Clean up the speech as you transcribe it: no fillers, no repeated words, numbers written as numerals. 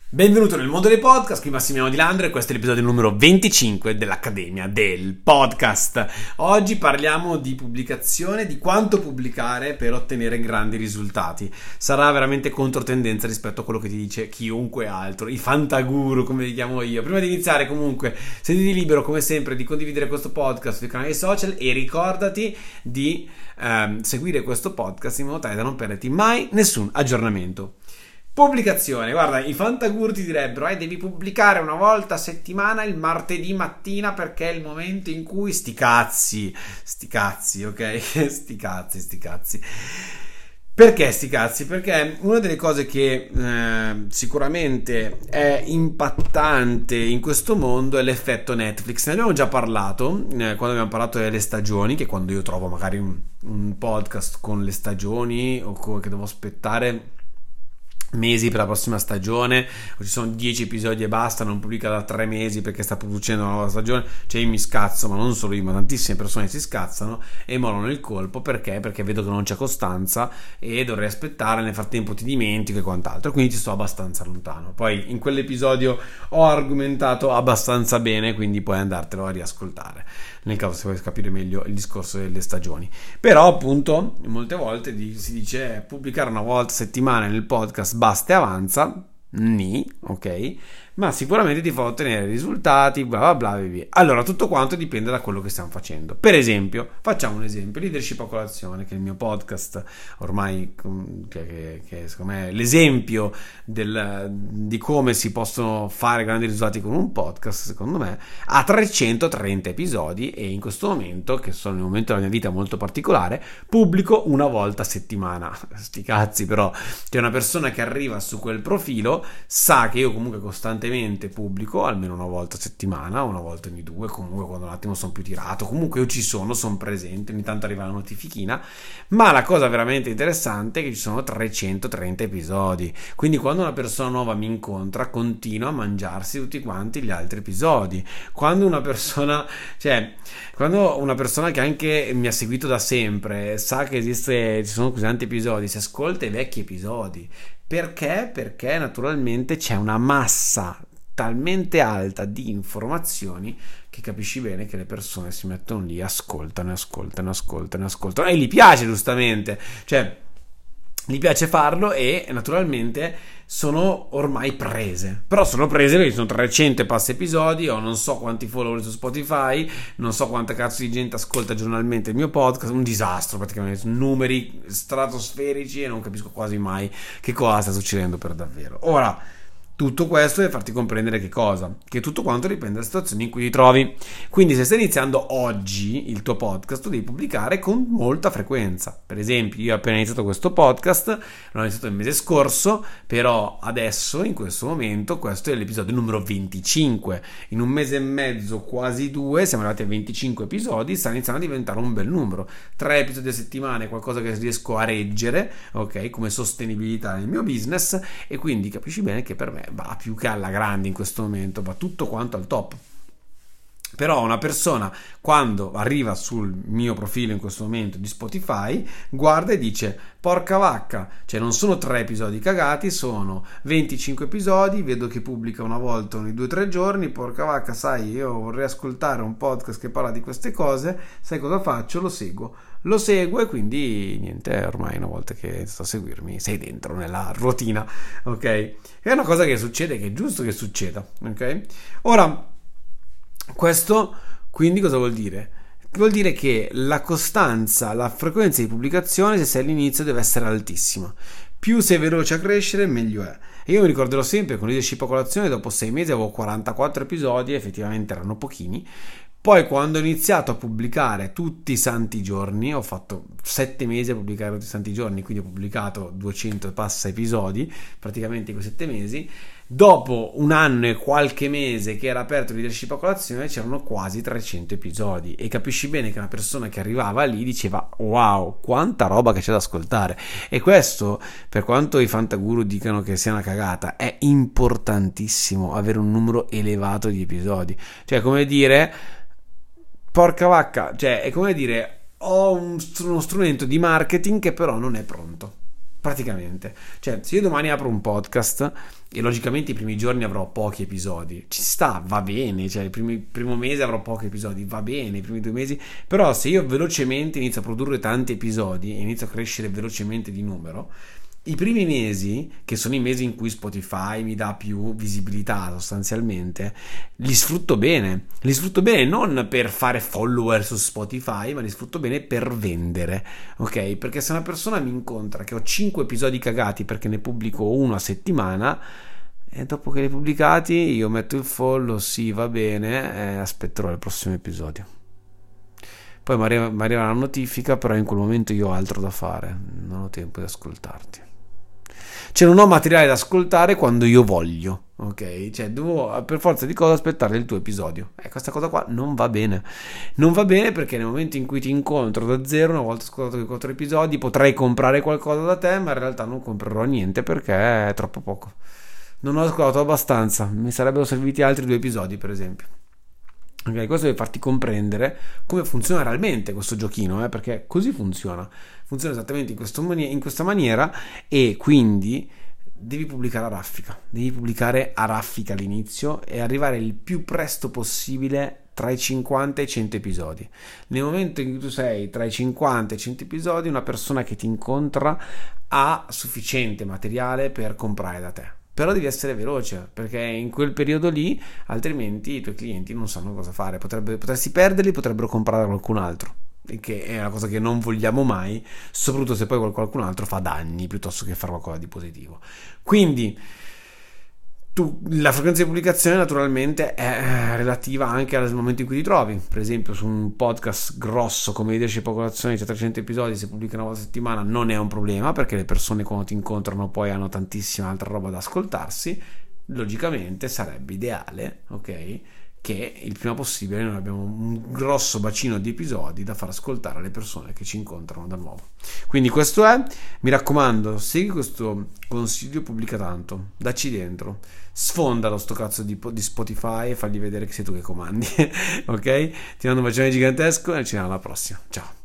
Benvenuto nel mondo dei podcast, qui Massimiliano Di Landro e questo è l'episodio numero 25 dell'Accademia del Podcast. Oggi parliamo di pubblicazione, di quanto pubblicare per ottenere grandi risultati. Sarà veramente controtendenza rispetto a quello che ti dice chiunque altro, i fantaguru come li chiamo io. Prima di iniziare comunque, sentiti libero come sempre di condividere questo podcast sui canali social e ricordati di seguire questo podcast in modo tale da non perderti mai nessun aggiornamento. Pubblicazione, guarda, i fantaguru ti direbbero devi pubblicare una volta a settimana il martedì mattina perché è il momento in cui sti cazzi, ok? sti cazzi. Perché sti cazzi? Perché una delle cose che sicuramente è impattante in questo mondo è l'effetto Netflix. Ne abbiamo già parlato quando abbiamo parlato delle stagioni, che quando io trovo magari un podcast con le stagioni o che devo aspettare mesi per la prossima stagione, o ci sono 10 episodi e basta, non pubblica da 3 mesi perché sta producendo una nuova stagione, cioè io mi scazzo, ma non solo io, ma tantissime persone si scazzano e mollano il colpo perché vedo che non c'è costanza e dovrei aspettare, nel frattempo ti dimentico e quant'altro, quindi ti sto abbastanza lontano. Poi in quell'episodio ho argomentato abbastanza bene, quindi puoi andartelo a riascoltare nel caso se vuoi capire meglio il discorso delle stagioni. Però appunto molte volte si dice pubblicare una volta a settimana nel podcast basta e avanza, ok? Ma sicuramente ti fa ottenere risultati, bla bla bla. Allora, tutto quanto dipende da quello che stiamo facendo. Per esempio, facciamo un esempio: Leadership a colazione, che è il mio podcast ormai che secondo me è l'esempio di come si possono fare grandi risultati con un podcast. Secondo me ha 330 episodi e in questo momento, che sono in un momento della mia vita molto particolare, pubblico una volta a settimana. Sti cazzi, però c'è una persona che arriva su quel profilo, sa che io comunque costantemente pubblico almeno una volta a settimana, una volta ogni due, comunque quando un attimo sono più tirato, comunque io ci sono presente, ogni tanto arriva la notifichina. Ma la cosa veramente interessante è che ci sono 330 episodi, quindi quando una persona nuova mi incontra continua a mangiarsi tutti quanti gli altri episodi. Quando una persona che anche mi ha seguito da sempre sa che ci sono così tanti episodi, si ascolta i vecchi episodi. Perché? Perché naturalmente c'è una massa talmente alta di informazioni che capisci bene che le persone si mettono lì, ascoltano e gli piace, giustamente, cioè gli piace farlo e naturalmente sono ormai prese, però sono prese perché ci sono 300 e passa episodi, ho non so quanti follower su Spotify, non so quanta cazzo di gente ascolta giornalmente il mio podcast, un disastro praticamente, numeri stratosferici e non capisco quasi mai che cosa sta succedendo per davvero. Ora, tutto questo deve farti comprendere che cosa? Che tutto quanto dipende dalla situazione in cui ti trovi. Quindi se stai iniziando oggi il tuo podcast, tu devi pubblicare con molta frequenza. Per esempio, io ho appena iniziato questo podcast, l'ho iniziato il mese scorso, però adesso, in questo momento, questo è l'episodio numero 25. In un mese e mezzo, quasi 2, siamo arrivati a 25 episodi, sta iniziando a diventare un bel numero. 3 episodi a settimana è qualcosa che riesco a reggere, ok? Come sostenibilità nel mio business, e quindi capisci bene che per me va più che alla grande in questo momento, va tutto quanto al top. Però una persona quando arriva sul mio profilo in questo momento di Spotify guarda e dice porca vacca, cioè non sono 3 episodi cagati, sono 25 episodi, vedo che pubblica una volta ogni 2-3 giorni, porca vacca, sai, io vorrei ascoltare un podcast che parla di queste cose, sai cosa faccio? Lo seguo e quindi niente, ormai una volta che sto a seguirmi sei dentro nella routine, ok? È una cosa che succede, che è giusto che succeda, ok? Ora, questo quindi cosa vuol dire? Vuol dire che la costanza, la frequenza di pubblicazione, se sei all'inizio, deve essere altissima. Più sei veloce a crescere, meglio è. E io mi ricorderò sempre con Leadership a colazione, dopo 6 mesi avevo 44 episodi, effettivamente erano pochini. Poi quando ho iniziato a pubblicare tutti i santi giorni, ho fatto 7 mesi a pubblicare tutti i santi giorni, quindi ho pubblicato 200 e passa episodi praticamente in quei 7 mesi. Dopo un anno e qualche mese che era aperto Leadership a colazione c'erano quasi 300 episodi e capisci bene che una persona che arrivava lì diceva wow, quanta roba che c'è da ascoltare. E questo, per quanto i fantaguru dicano che sia una cagata, è importantissimo avere un numero elevato di episodi. Cioè, come dire, porca vacca, cioè è come dire ho uno strumento di marketing che però non è pronto. praticamente. Cioè, se io domani apro un podcast e logicamente i primi giorni avrò pochi episodi, ci sta, va bene, cioè primo mese avrò pochi episodi, va bene, i primi 2 mesi, però se io velocemente inizio a produrre tanti episodi e inizio a crescere velocemente di numero, i primi mesi, che sono i mesi in cui Spotify mi dà più visibilità sostanzialmente, li sfrutto bene non per fare follower su Spotify, ma li sfrutto bene per vendere, ok? Perché se una persona mi incontra che ho 5 episodi cagati perché ne pubblico uno a settimana, e dopo che li ho pubblicati io metto il follow, sì, va bene, aspetterò il prossimo episodio. Poi mi arriva la notifica, però in quel momento io ho altro da fare, non ho tempo di ascoltarti. Cioè non ho materiale da ascoltare quando io voglio, ok? Cioè devo per forza di cosa aspettare il tuo episodio. Questa cosa qua non va bene. Non va bene perché nel momento in cui ti incontro da zero, una volta ascoltato i 4 episodi, potrei comprare qualcosa da te, ma in realtà non comprerò niente perché è troppo poco. Non ho ascoltato abbastanza, mi sarebbero serviti altri 2 episodi, per esempio. Ok, questo deve farti comprendere come funziona realmente questo giochino, perché così funziona esattamente in questa maniera, e quindi devi pubblicare a raffica all'inizio e arrivare il più presto possibile tra i 50 e i 100 episodi. Nel momento in cui tu sei tra i 50 e i 100 episodi, una persona che ti incontra ha sufficiente materiale per comprare da te. Però devi essere veloce, perché in quel periodo lì altrimenti i tuoi clienti non sanno cosa fare, potresti perderli, potrebbero comprare da qualcun altro, che è una cosa che non vogliamo mai, soprattutto se poi qualcun altro fa danni piuttosto che fare qualcosa di positivo. Quindi la frequenza di pubblicazione naturalmente è relativa anche al momento in cui ti trovi. Per esempio su un podcast grosso come Leadership a Colazione, c'è 300 episodi, se pubblica una volta a settimana non è un problema, perché le persone quando ti incontrano poi hanno tantissima altra roba da ascoltarsi. Logicamente sarebbe ideale, ok, che il prima possibile noi abbiamo un grosso bacino di episodi da far ascoltare alle persone che ci incontrano da nuovo. Quindi questo è, mi raccomando, segui questo consiglio, pubblica tanto, dacci dentro, sfonda lo sto cazzo di Spotify e fagli vedere che sei tu che comandi. Ok? Ti mando un bacione gigantesco e ci vediamo alla prossima. Ciao.